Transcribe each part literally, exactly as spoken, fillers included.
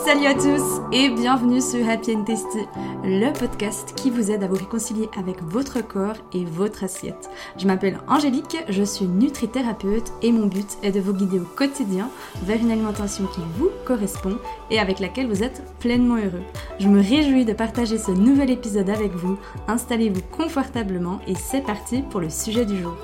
Salut à tous et bienvenue sur Happy and Tasty, le podcast qui vous aide à vous réconcilier avec votre corps et votre assiette. Je m'appelle Angélique, je suis nutrithérapeute et mon but est de vous guider au quotidien vers une alimentation qui vous correspond et avec laquelle vous êtes pleinement heureux. Je me réjouis de partager ce nouvel épisode avec vous, installez-vous confortablement et c'est parti pour le sujet du jour.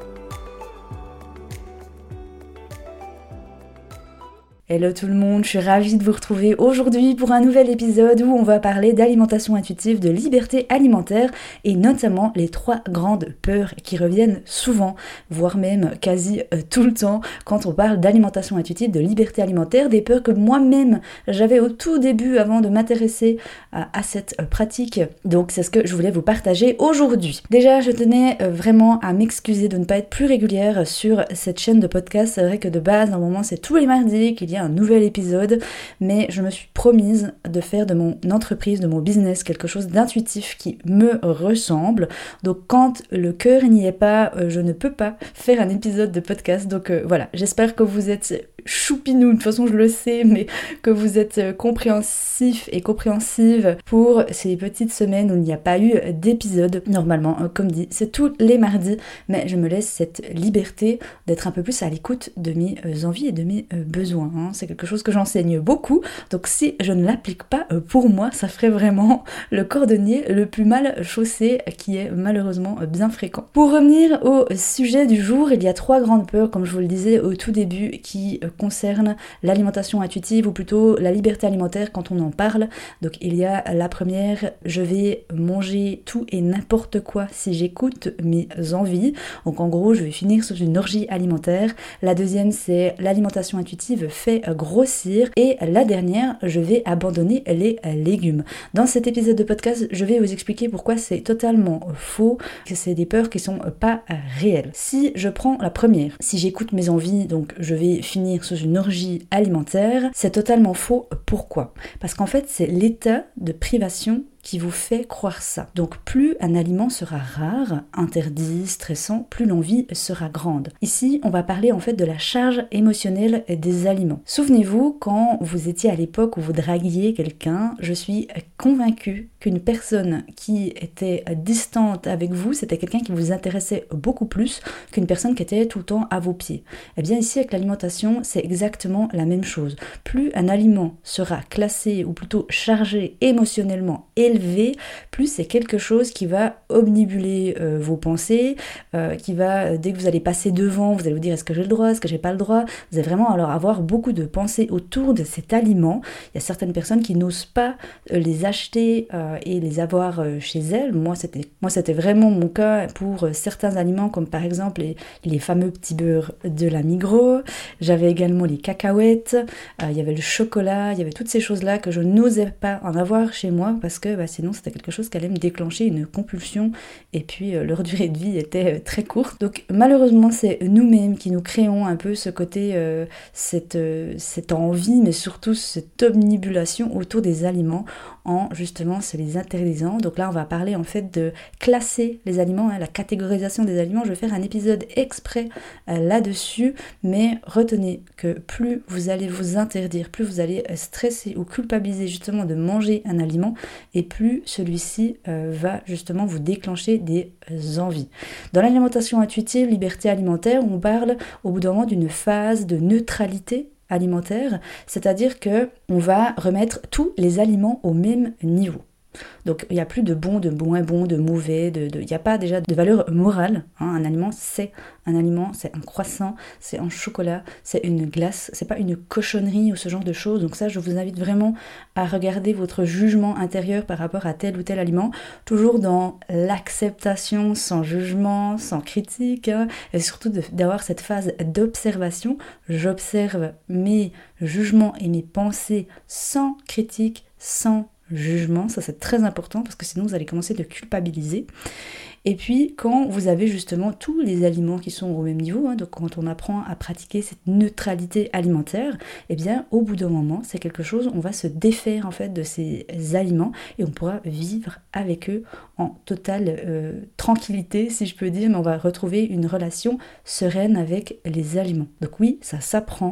Hello tout le monde, je suis ravie de vous retrouver aujourd'hui pour un nouvel épisode où on va parler d'alimentation intuitive, de liberté alimentaire et notamment les trois grandes peurs qui reviennent souvent, voire même quasi euh, tout le temps quand on parle d'alimentation intuitive, de liberté alimentaire, des peurs que moi-même j'avais au tout début avant de m'intéresser à, à cette euh, pratique. Donc c'est ce que je voulais vous partager aujourd'hui. Déjà je tenais euh, vraiment à m'excuser de ne pas être plus régulière sur cette chaîne de podcast. C'est vrai que de base, normalement c'est tous les mardis qu'il y a un nouvel épisode, mais je me suis promise de faire de mon entreprise, de mon business, quelque chose d'intuitif qui me ressemble. Donc quand le cœur n'y est pas, euh, je ne peux pas faire un épisode de podcast. Donc euh, voilà, j'espère que vous êtes choupinou, de toute façon je le sais, mais que vous êtes compréhensif et compréhensive pour ces petites semaines où il n'y a pas eu d'épisode. Normalement, comme dit, c'est tous les mardis, mais je me laisse cette liberté d'être un peu plus à l'écoute de mes envies et de mes besoins. Hein. C'est quelque chose que j'enseigne beaucoup, donc si je ne l'applique pas pour moi, ça ferait vraiment le cordonnier le plus mal chaussé, qui est malheureusement bien fréquent. Pour revenir au sujet du jour, il y a trois grandes peurs, comme je vous le disais au tout début, qui concerne l'alimentation intuitive ou plutôt la liberté alimentaire quand on en parle. Donc il y a la première, je vais manger tout et n'importe quoi si j'écoute mes envies. Donc en gros, je vais finir sous une orgie alimentaire. La deuxième, c'est l'alimentation intuitive fait grossir. Et la dernière, je vais abandonner les légumes. Dans cet épisode de podcast, je vais vous expliquer pourquoi c'est totalement faux, que c'est des peurs qui sont pas réelles. Si je prends la première, si j'écoute mes envies, donc je vais finir sous une orgie alimentaire, c'est totalement faux. Pourquoi ? Parce qu'en fait, c'est l'état de privation qui vous fait croire ça. Donc plus un aliment sera rare, interdit, stressant, plus l'envie sera grande. Ici, on va parler en fait de la charge émotionnelle des aliments. Souvenez-vous, quand vous étiez à l'époque où vous draguiez quelqu'un, je suis convaincue qu'une personne qui était distante avec vous, c'était quelqu'un qui vous intéressait beaucoup plus qu'une personne qui était tout le temps à vos pieds. Et bien ici, avec l'alimentation, c'est exactement la même chose. Plus un aliment sera classé, ou plutôt chargé émotionnellement et élevé, plus c'est quelque chose qui va omnibuler euh, vos pensées, euh, qui va, dès que vous allez passer devant, vous allez vous dire est-ce que j'ai le droit, est-ce que j'ai pas le droit, vous allez vraiment alors avoir beaucoup de pensées autour de cet aliment. Il y a certaines personnes qui n'osent pas euh, les acheter euh, et les avoir euh, chez elles. Moi c'était, moi c'était vraiment mon cas pour euh, certains aliments comme par exemple les, les fameux petits beurres de la Migros. J'avais également les cacahuètes, euh, il y avait le chocolat, il y avait toutes ces choses-là que je n'osais pas en avoir chez moi parce que bah, sinon c'était quelque chose qui allait me déclencher une compulsion et puis euh, leur durée de vie était euh, très courte. Donc malheureusement c'est nous-mêmes qui nous créons un peu ce côté, euh, cette, euh, cette envie mais surtout cette omnibulation autour des aliments en justement se les interdisant. Donc là on va parler en fait de classer les aliments, hein, la catégorisation des aliments. Je vais faire un épisode exprès euh, là-dessus, mais retenez que plus vous allez vous interdire, plus vous allez stresser ou culpabiliser justement de manger un aliment et plus celui-ci euh, va justement vous déclencher des euh, envies. Dans l'alimentation intuitive, liberté alimentaire, on parle au bout d'un moment d'une phase de neutralité alimentaire, c'est-à-dire que on va remettre tous les aliments au même niveau. Donc il n'y a plus de bon, de moins bon, de mauvais, de, de, il n'y a pas déjà de valeur morale. Hein. Un aliment, c'est un aliment, c'est un croissant, c'est un chocolat, c'est une glace, c'est pas une cochonnerie ou ce genre de choses. Donc ça, je vous invite vraiment à regarder votre jugement intérieur par rapport à tel ou tel aliment, toujours dans l'acceptation, sans jugement, sans critique, hein, et surtout de, d'avoir cette phase d'observation. J'observe mes jugements et mes pensées sans critique, sans jugement, ça c'est très important parce que sinon vous allez commencer de culpabiliser. Et puis quand vous avez justement tous les aliments qui sont au même niveau, hein, donc quand on apprend à pratiquer cette neutralité alimentaire, eh bien au bout d'un moment c'est quelque chose, on va se défaire en fait de ces aliments et on pourra vivre avec eux en totale euh, tranquillité si je peux dire, mais on va retrouver une relation sereine avec les aliments. Donc oui, ça s'apprend.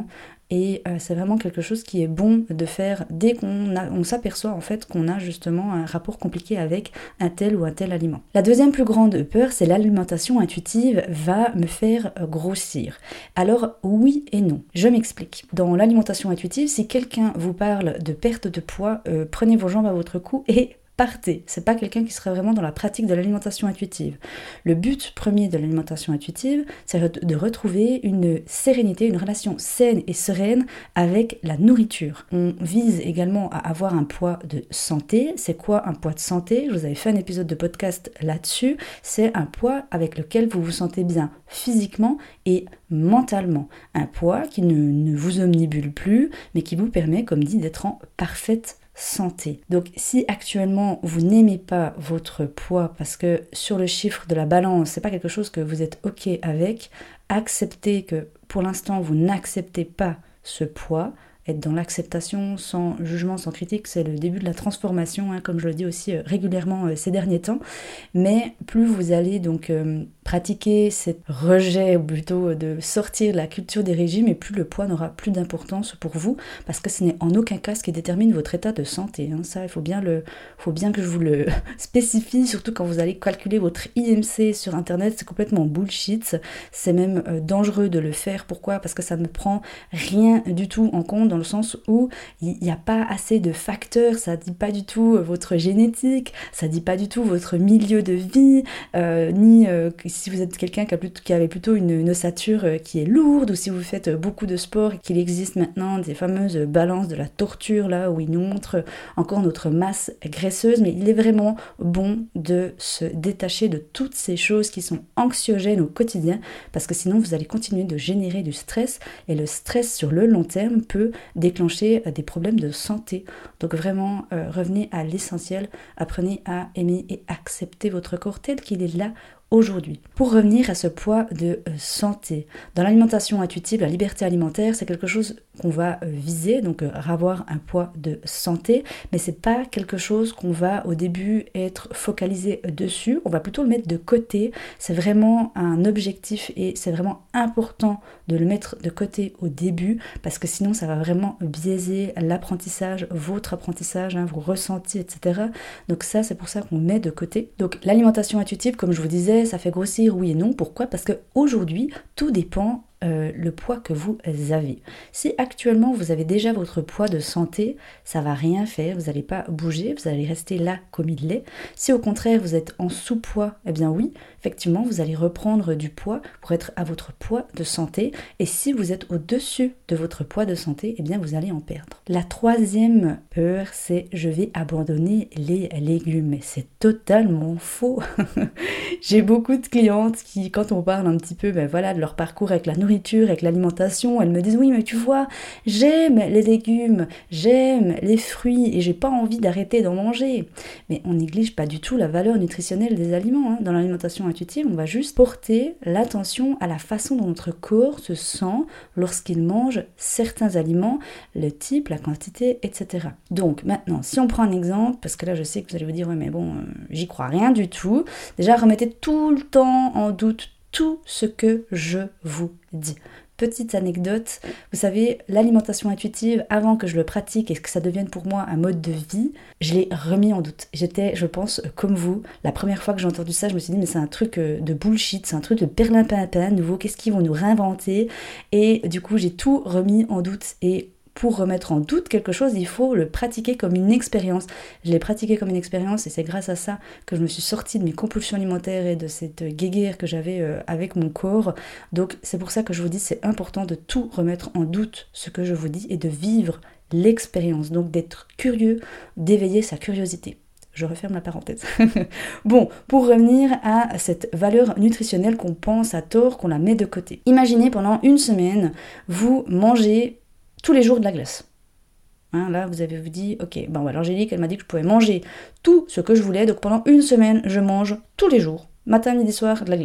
et euh, c'est vraiment quelque chose qui est bon de faire dès qu'on a, on s'aperçoit en fait qu'on a justement un rapport compliqué avec un tel ou un tel aliment. La deuxième plus grande peur, c'est l'alimentation intuitive va me faire grossir. Alors oui et non, je m'explique. Dans l'alimentation intuitive, si quelqu'un vous parle de perte de poids, euh, prenez vos jambes à votre cou et partez. C'est pas quelqu'un qui serait vraiment dans la pratique de l'alimentation intuitive. Le but premier de l'alimentation intuitive, c'est de retrouver une sérénité, une relation saine et sereine avec la nourriture. On vise également à avoir un poids de santé. C'est quoi un poids de santé? Je vous avais fait un épisode de podcast là-dessus. C'est un poids avec lequel vous vous sentez bien physiquement et mentalement. Un poids qui ne, ne vous omnibule plus, mais qui vous permet, comme dit, d'être en parfaite santé. Donc si actuellement vous n'aimez pas votre poids parce que sur le chiffre de la balance, c'est pas quelque chose que vous êtes ok avec, acceptez que pour l'instant vous n'acceptez pas ce poids. Être dans l'acceptation sans jugement, sans critique, c'est le début de la transformation, hein, comme je le dis aussi euh, régulièrement euh, ces derniers temps. Mais plus vous allez donc euh, pratiquer ce rejet, ou plutôt de sortir de la culture des régimes, et plus le poids n'aura plus d'importance pour vous, parce que ce n'est en aucun cas ce qui détermine votre état de santé. Hein. Ça, il faut bien, le, faut bien que je vous le spécifie, surtout quand vous allez calculer votre I M C sur Internet, c'est complètement bullshit. C'est même euh, dangereux de le faire. Pourquoi? Parce que ça ne prend rien du tout en compte, dans le sens où il n'y a pas assez de facteurs, ça dit pas du tout votre génétique, ça dit pas du tout votre milieu de vie, euh, ni euh, si vous êtes quelqu'un qui, a plutôt, qui avait plutôt une, une ossature qui est lourde, ou si vous faites beaucoup de sport, et qu'il existe maintenant des fameuses balances de la torture, là où ils nous montrent encore notre masse graisseuse, mais il est vraiment bon de se détacher de toutes ces choses qui sont anxiogènes au quotidien, parce que sinon vous allez continuer de générer du stress, et le stress sur le long terme peut déclencher des problèmes de santé. Donc vraiment, euh, revenez à l'essentiel, apprenez à aimer et accepter votre corps tel qu'il est là aujourd'hui. Pour revenir à ce poids de euh, santé, dans l'alimentation intuitive, la liberté alimentaire, c'est quelque chose qu'on va euh, viser, donc euh, avoir un poids de santé, mais c'est pas quelque chose qu'on va au début être focalisé dessus, on va plutôt le mettre de côté. C'est vraiment un objectif et c'est vraiment important de le mettre de côté au début, parce que sinon ça va vraiment biaiser l'apprentissage, votre apprentissage, hein, vos ressentis, et cetera. Donc ça, c'est pour ça qu'on met de côté. Donc l'alimentation intuitive, comme je vous disais, ça fait grossir, oui et non. Pourquoi? Parce qu'aujourd'hui, tout dépend euh, le poids que vous avez. Si actuellement vous avez déjà votre poids de santé, ça va rien faire, vous n'allez pas bouger, vous allez rester là comme il est. Si au contraire vous êtes en sous-poids, eh bien oui, effectivement vous allez reprendre du poids pour être à votre poids de santé. Et si vous êtes au-dessus de votre poids de santé, eh bien vous allez en perdre. La troisième peur, c'est je vais abandonner les légumes. Mais c'est totalement faux. J'ai beaucoup de clientes qui, quand on parle un petit peu ben voilà, de leur parcours avec la nourriture, avec l'alimentation, elles me disent oui mais tu vois, j'aime les légumes, j'aime les fruits et j'ai pas envie d'arrêter d'en manger. Mais on néglige pas du tout la valeur nutritionnelle des aliments. Hein. Dans l'alimentation intuitive, on va juste porter l'attention à la façon dont notre corps se sent lorsqu'il mange certains aliments, le type, la quantité, et cetera. Donc maintenant, si on prend un exemple, parce que là je sais que vous allez vous dire ouais mais bon, euh, j'y crois rien du tout. Déjà, remettez tout le temps en doute tout ce que je vous dis. Petite anecdote, vous savez, l'alimentation intuitive, avant que je le pratique et que ça devienne pour moi un mode de vie, je l'ai remis en doute. J'étais, je pense, comme vous, la première fois que j'ai entendu ça, je me suis dit, mais c'est un truc de bullshit, c'est un truc de perlimpinpin nouveau, qu'est-ce qu'ils vont nous réinventer? Et du coup, j'ai tout remis en doute. Et pour remettre en doute quelque chose, il faut le pratiquer comme une expérience. Je l'ai pratiqué comme une expérience et c'est grâce à ça que je me suis sortie de mes compulsions alimentaires et de cette guéguerre que j'avais avec mon corps. Donc c'est pour ça que je vous dis, c'est important de tout remettre en doute, ce que je vous dis, et de vivre l'expérience. Donc d'être curieux, d'éveiller sa curiosité. Je referme la parenthèse. Bon, pour revenir à cette valeur nutritionnelle qu'on pense à tort, qu'on la met de côté. Imaginez pendant une semaine, vous mangez tous les jours de la glace. Hein, là, vous avez vous dit, ok, bon, Angélique, elle m'a dit que je pouvais manger tout ce que je voulais, donc pendant une semaine, je mange tous les jours, matin, midi, soir, de la glace.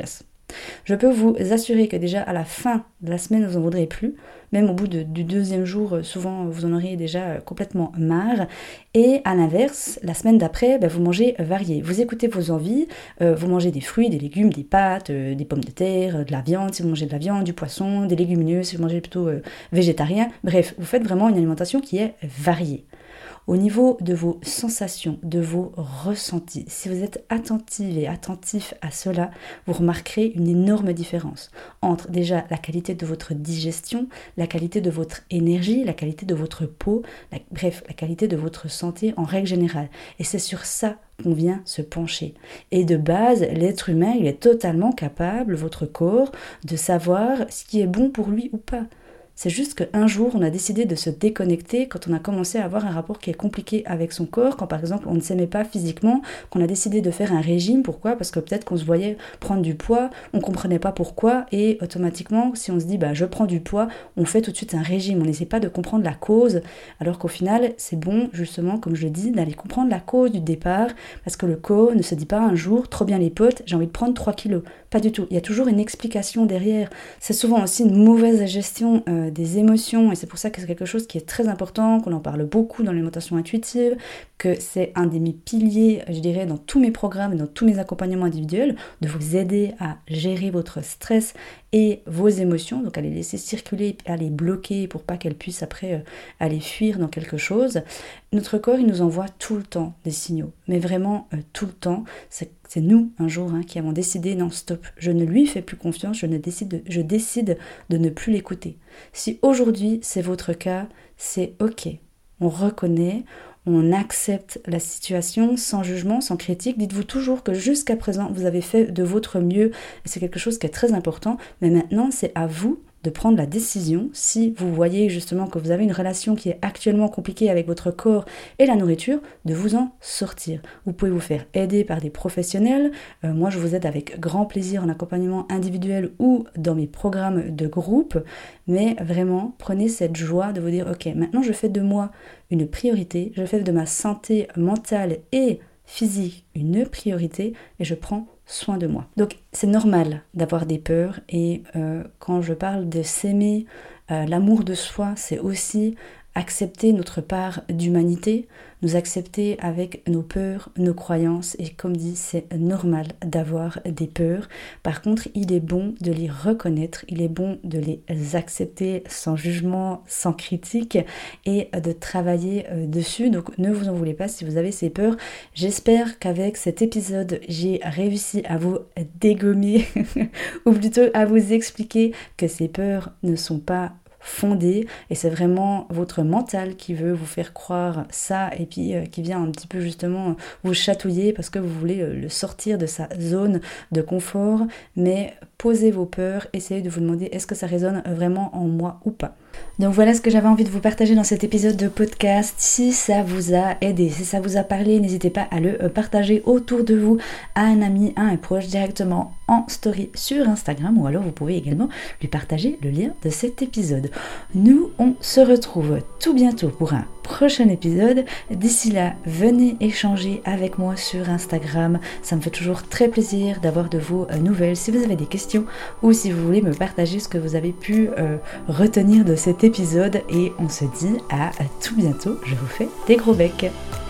Je peux vous assurer que déjà à la fin de la semaine, vous n'en voudrez plus. Même au bout de, du deuxième jour, souvent vous en auriez déjà complètement marre. Et à l'inverse, la semaine d'après, ben, vous mangez varié. Vous écoutez vos envies, euh, vous mangez des fruits, des légumes, des pâtes, euh, des pommes de terre, de la viande, si vous mangez de la viande, du poisson, des légumineuses, si vous mangez plutôt euh, végétarien. Bref, vous faites vraiment une alimentation qui est variée. Au niveau de vos sensations, de vos ressentis, si vous êtes attentive et attentif à cela, vous remarquerez une énorme différence entre déjà la qualité de votre digestion, la qualité de votre énergie, la qualité de votre peau, la, bref, la qualité de votre santé en règle générale. Et c'est sur ça qu'on vient se pencher. Et de base, l'être humain, il est totalement capable, votre corps, de savoir ce qui est bon pour lui ou pas. C'est juste qu'un jour, on a décidé de se déconnecter quand on a commencé à avoir un rapport qui est compliqué avec son corps, quand par exemple on ne s'aimait pas physiquement, qu'on a décidé de faire un régime. Pourquoi ? Parce que peut-être qu'on se voyait prendre du poids, on ne comprenait pas pourquoi, et automatiquement, si on se dit bah, « je prends du poids », on fait tout de suite un régime. On n'essaie pas de comprendre la cause, alors qu'au final, c'est bon, justement, comme je le dis, d'aller comprendre la cause du départ, parce que le corps ne se dit pas un jour « trop bien les potes, j'ai envie de prendre trois kilos ». Pas du tout, il y a toujours une explication derrière. C'est souvent aussi une mauvaise gestion euh, des émotions, et c'est pour ça que c'est quelque chose qui est très important, qu'on en parle beaucoup dans l'alimentation intuitive, que c'est un des mes piliers, je dirais, dans tous mes programmes et dans tous mes accompagnements individuels, de vous aider à gérer votre stress et vos émotions, donc à les laisser circuler, à les bloquer pour pas qu'elles puissent après euh, aller fuir dans quelque chose. Notre corps, il nous envoie tout le temps des signaux, mais vraiment euh, tout le temps. C'est, c'est nous, un jour, hein, qui avons décidé, non, stop, je ne lui fais plus confiance, je, ne décide de, je décide de ne plus l'écouter. Si aujourd'hui, c'est votre cas, c'est ok. On reconnaît, on accepte la situation sans jugement, sans critique. Dites-vous toujours que jusqu'à présent, vous avez fait de votre mieux. Et c'est quelque chose qui est très important. Mais maintenant, c'est à vous de prendre la décision, si vous voyez justement que vous avez une relation qui est actuellement compliquée avec votre corps et la nourriture, de vous en sortir. Vous pouvez vous faire aider par des professionnels. Euh, moi, je vous aide avec grand plaisir en accompagnement individuel ou dans mes programmes de groupe. Mais vraiment, prenez cette joie de vous dire, ok, maintenant je fais de moi une priorité, je fais de ma santé mentale et physique une priorité et je prends soin de moi. Donc c'est normal d'avoir des peurs et euh, quand je parle de s'aimer, euh, l'amour de soi, c'est aussi accepter notre part d'humanité, nous accepter avec nos peurs, nos croyances, et comme dit, c'est normal d'avoir des peurs. Par contre, il est bon de les reconnaître, il est bon de les accepter sans jugement, sans critique, et de travailler dessus. Donc ne vous en voulez pas si vous avez ces peurs. J'espère qu'avec cet épisode, j'ai réussi à vous dégommer, ou plutôt à vous expliquer que ces peurs ne sont pas fondée et c'est vraiment votre mental qui veut vous faire croire ça et puis euh, qui vient un petit peu justement vous chatouiller parce que vous voulez euh, le sortir de sa zone de confort. Mais posez vos peurs, essayez de vous demander est-ce que ça résonne vraiment en moi ou pas. Donc voilà ce que j'avais envie de vous partager dans cet épisode de podcast. Si ça vous a aidé, si ça vous a parlé, n'hésitez pas à le partager autour de vous, à un ami, à un proche, directement en story sur Instagram, ou alors vous pouvez également lui partager le lien de cet épisode. Nous, on se retrouve tout bientôt pour un prochain épisode. D'ici là, venez échanger avec moi sur Instagram. Ça me fait toujours très plaisir d'avoir de vos nouvelles. Si vous avez des questions ou si vous voulez me partager ce que vous avez pu euh, retenir de cet épisode, et on se dit à tout bientôt. Je vous fais des gros becs.